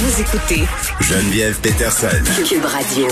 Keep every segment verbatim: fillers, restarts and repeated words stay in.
Vous écoutez Geneviève Peterson. Cube Radio.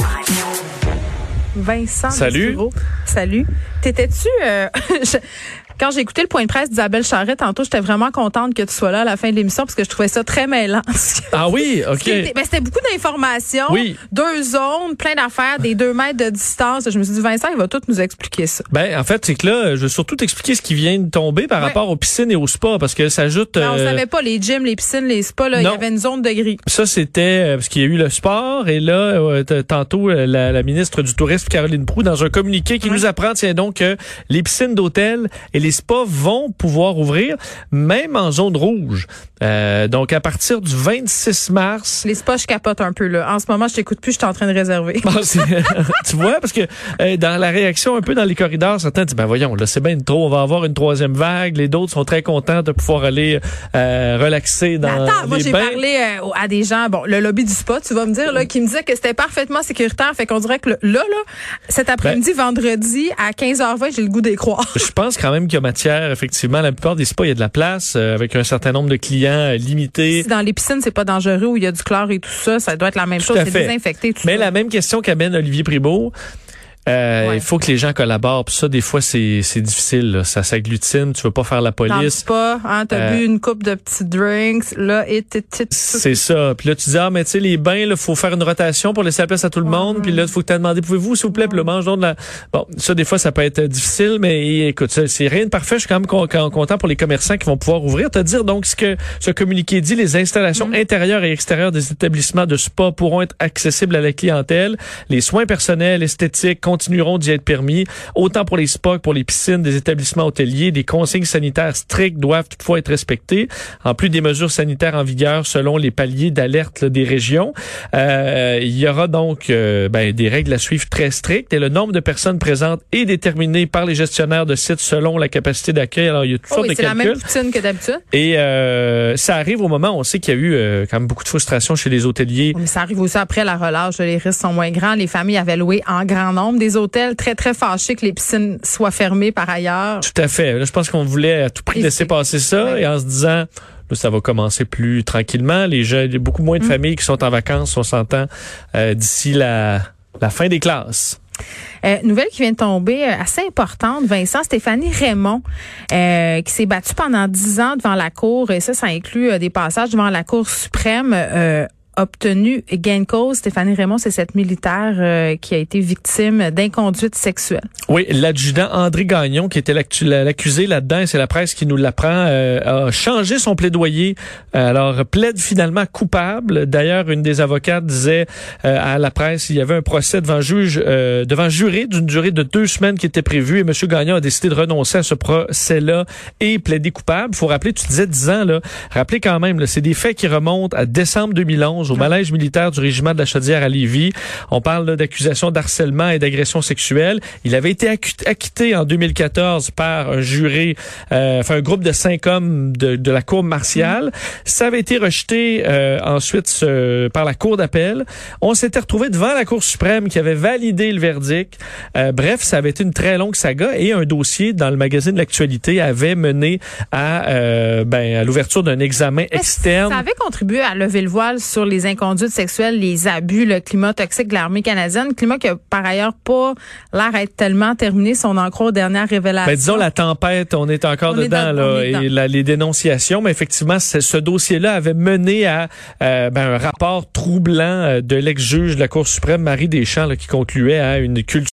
Vincent Salut. Dessureau. Salut. T'étais-tu... Euh, je, quand j'ai écouté le point de presse d'Isabelle Charret tantôt, j'étais vraiment contente que tu sois là à la fin de l'émission parce que je trouvais ça très mêlant. Ah oui, OK. C'était, ben, c'était beaucoup d'informations. Oui. Deux zones, plein d'affaires, des deux mètres de distance. Je me suis dit, Vincent, il va tout nous expliquer ça. Ben, en fait, c'est que là, je veux surtout t'expliquer ce qui vient de tomber par ouais. rapport aux piscines et aux spas parce que ça ajoute... Non, on euh, savait pas, les gyms, les piscines, les spas, là, il y avait une zone de gris. Ça, c'était... Euh, parce qu'il y a eu le sport et là, euh, t- tantôt, euh, la, la ministre du Tourisme, Caroline Proulx, dans un communiqué qui ouais. nous apprend, tiens donc, que les piscines d'hôtel et les spas vont pouvoir ouvrir, même en zone rouge. Euh, donc, à partir du vingt-six mars... Les spas, je capote un peu, là. En ce moment, je t'écoute plus, je suis en train de réserver. Bon, tu vois, parce que euh, dans la réaction un peu dans les corridors, certains disent, ben voyons, là, c'est bien trop, on va avoir une troisième vague. Les d'autres sont très contents de pouvoir aller euh, relaxer dans Mais attends, moi, les j'ai bains. parlé euh, à des gens, bon, le lobby du spa, tu vas me dire, là, qui me disait que c'était parfaitement sécuritaire. Fait qu'on dirait que le, là, là, cet après-midi, ben, vendredi, à quinze heures vingt, j'ai le goût d'y croire. Je pense quand même qu'il y a matière, effectivement. La plupart des spas, il y a de la place, euh, avec un certain nombre de clients euh, limités. Si dans les piscines, c'est pas dangereux, où il y a du chlore et tout ça, ça doit être la même Tout chose, à c'est fait. désinfecté, tout Mais ça. la même question qu'amène Olivier Pribeau. Euh, ouais. Il faut que les gens collaborent. Puis ça, des fois, c'est c'est difficile. Là. Ça s'agglutine. Tu veux pas faire la police. Dans le spa, hein, t'as Euh, bu une coupe de petits drinks, là, et t- t- C'est ça. Puis là, tu dis, ah, mais tu sais, les bains, il faut faire une rotation pour laisser la place à tout le monde. Mm-hmm. Puis là, il faut que tu demandé, pouvez-vous, s'il vous plaît, puis le mange donc de la... Bon, ça, des fois, ça peut être difficile, mais écoute, ça, c'est rien de parfait. Je suis quand même con- con- content pour les commerçants qui vont pouvoir ouvrir. Te dire, donc, ce que ce communiqué dit, les installations Mm-hmm. intérieures et extérieures des établissements de spa pourront être accessibles à la clientèle. Les soins personnels, esthétiques continueront d'y être permis. Autant pour les spas que pour les piscines des établissements hôteliers, des consignes sanitaires strictes doivent toutefois être respectées, en plus des mesures sanitaires en vigueur selon les paliers d'alerte là, des régions. Euh, il y aura donc euh, ben, des règles à suivre très strictes et le nombre de personnes présentes est déterminé par les gestionnaires de sites selon la capacité d'accueil. Alors, il y a toutes oh sortes oui, de c'est calculs. la même poutine que d'habitude. Et euh, ça arrive au moment où on sait qu'il y a eu euh, quand même beaucoup de frustration chez les hôteliers. Mais ça arrive aussi après la relâche. Les risques sont moins grands. Les familles avaient loué en grand nombre des hôtels, très, très fâchés que les piscines soient fermées par ailleurs. Tout à fait. Là, je pense qu'on voulait à tout prix Et laisser c'est... passer ça ouais. et en se disant, là, ça va commencer plus tranquillement. Les jeunes, il y a beaucoup moins de mmh. familles qui sont en vacances, on s'entend, euh, d'ici la, la fin des classes. Euh, nouvelle qui vient de tomber, euh, assez importante, Vincent, Stéphanie Raymond, euh, qui s'est battue pendant dix ans devant la Cour, et ça, ça inclut euh, des passages devant la Cour suprême, euh, obtenu gain de cause. Stéphanie Raymond, c'est cette militaire euh, qui a été victime d'inconduite sexuelle. Oui, l'adjudant André Gagnon, qui était l'actu- l'accusé là-dedans, et c'est la presse qui nous l'apprend, euh, a changé son plaidoyer. Euh, alors, plaide finalement coupable. D'ailleurs, une des avocates disait euh, à la presse, il y avait un procès devant juge, euh, devant juré d'une durée de deux semaines qui était prévue, et M. Gagnon a décidé de renoncer à ce procès-là et plaider coupable. Faut rappeler, tu disais dix ans, là. Rappelez quand même, là, c'est des faits qui remontent à décembre deux mille onze, au manège militaire du régiment de la Chaudière à Lévis. On parle là, d'accusations d'harcèlement et d'agression sexuelle. Il avait été acquitté en deux mille quatorze par un juré, euh, enfin un groupe de cinq hommes de, de la Cour martiale. Mmh. Ça avait été rejeté euh, ensuite ce, par la Cour d'appel. On s'était retrouvé devant la Cour suprême qui avait validé le verdict. Euh, bref, ça avait été une très longue saga et un dossier dans le magazine L'Actualité avait mené à, euh, ben, à l'ouverture d'un examen externe. Ça avait contribué à lever le voile sur les inconduites sexuelles, les abus, le climat toxique de l'armée canadienne, climat qui a par ailleurs pas l'air d'être tellement terminé si on en croit aux dernières révélations. Ben, disons la tempête, on est encore on dedans, est dans, là, dedans. et la, les dénonciations, mais effectivement, ce dossier-là avait mené à euh, ben, un rapport troublant de l'ex-juge de la Cour suprême, Marie Deschamps, là, qui concluait à une culture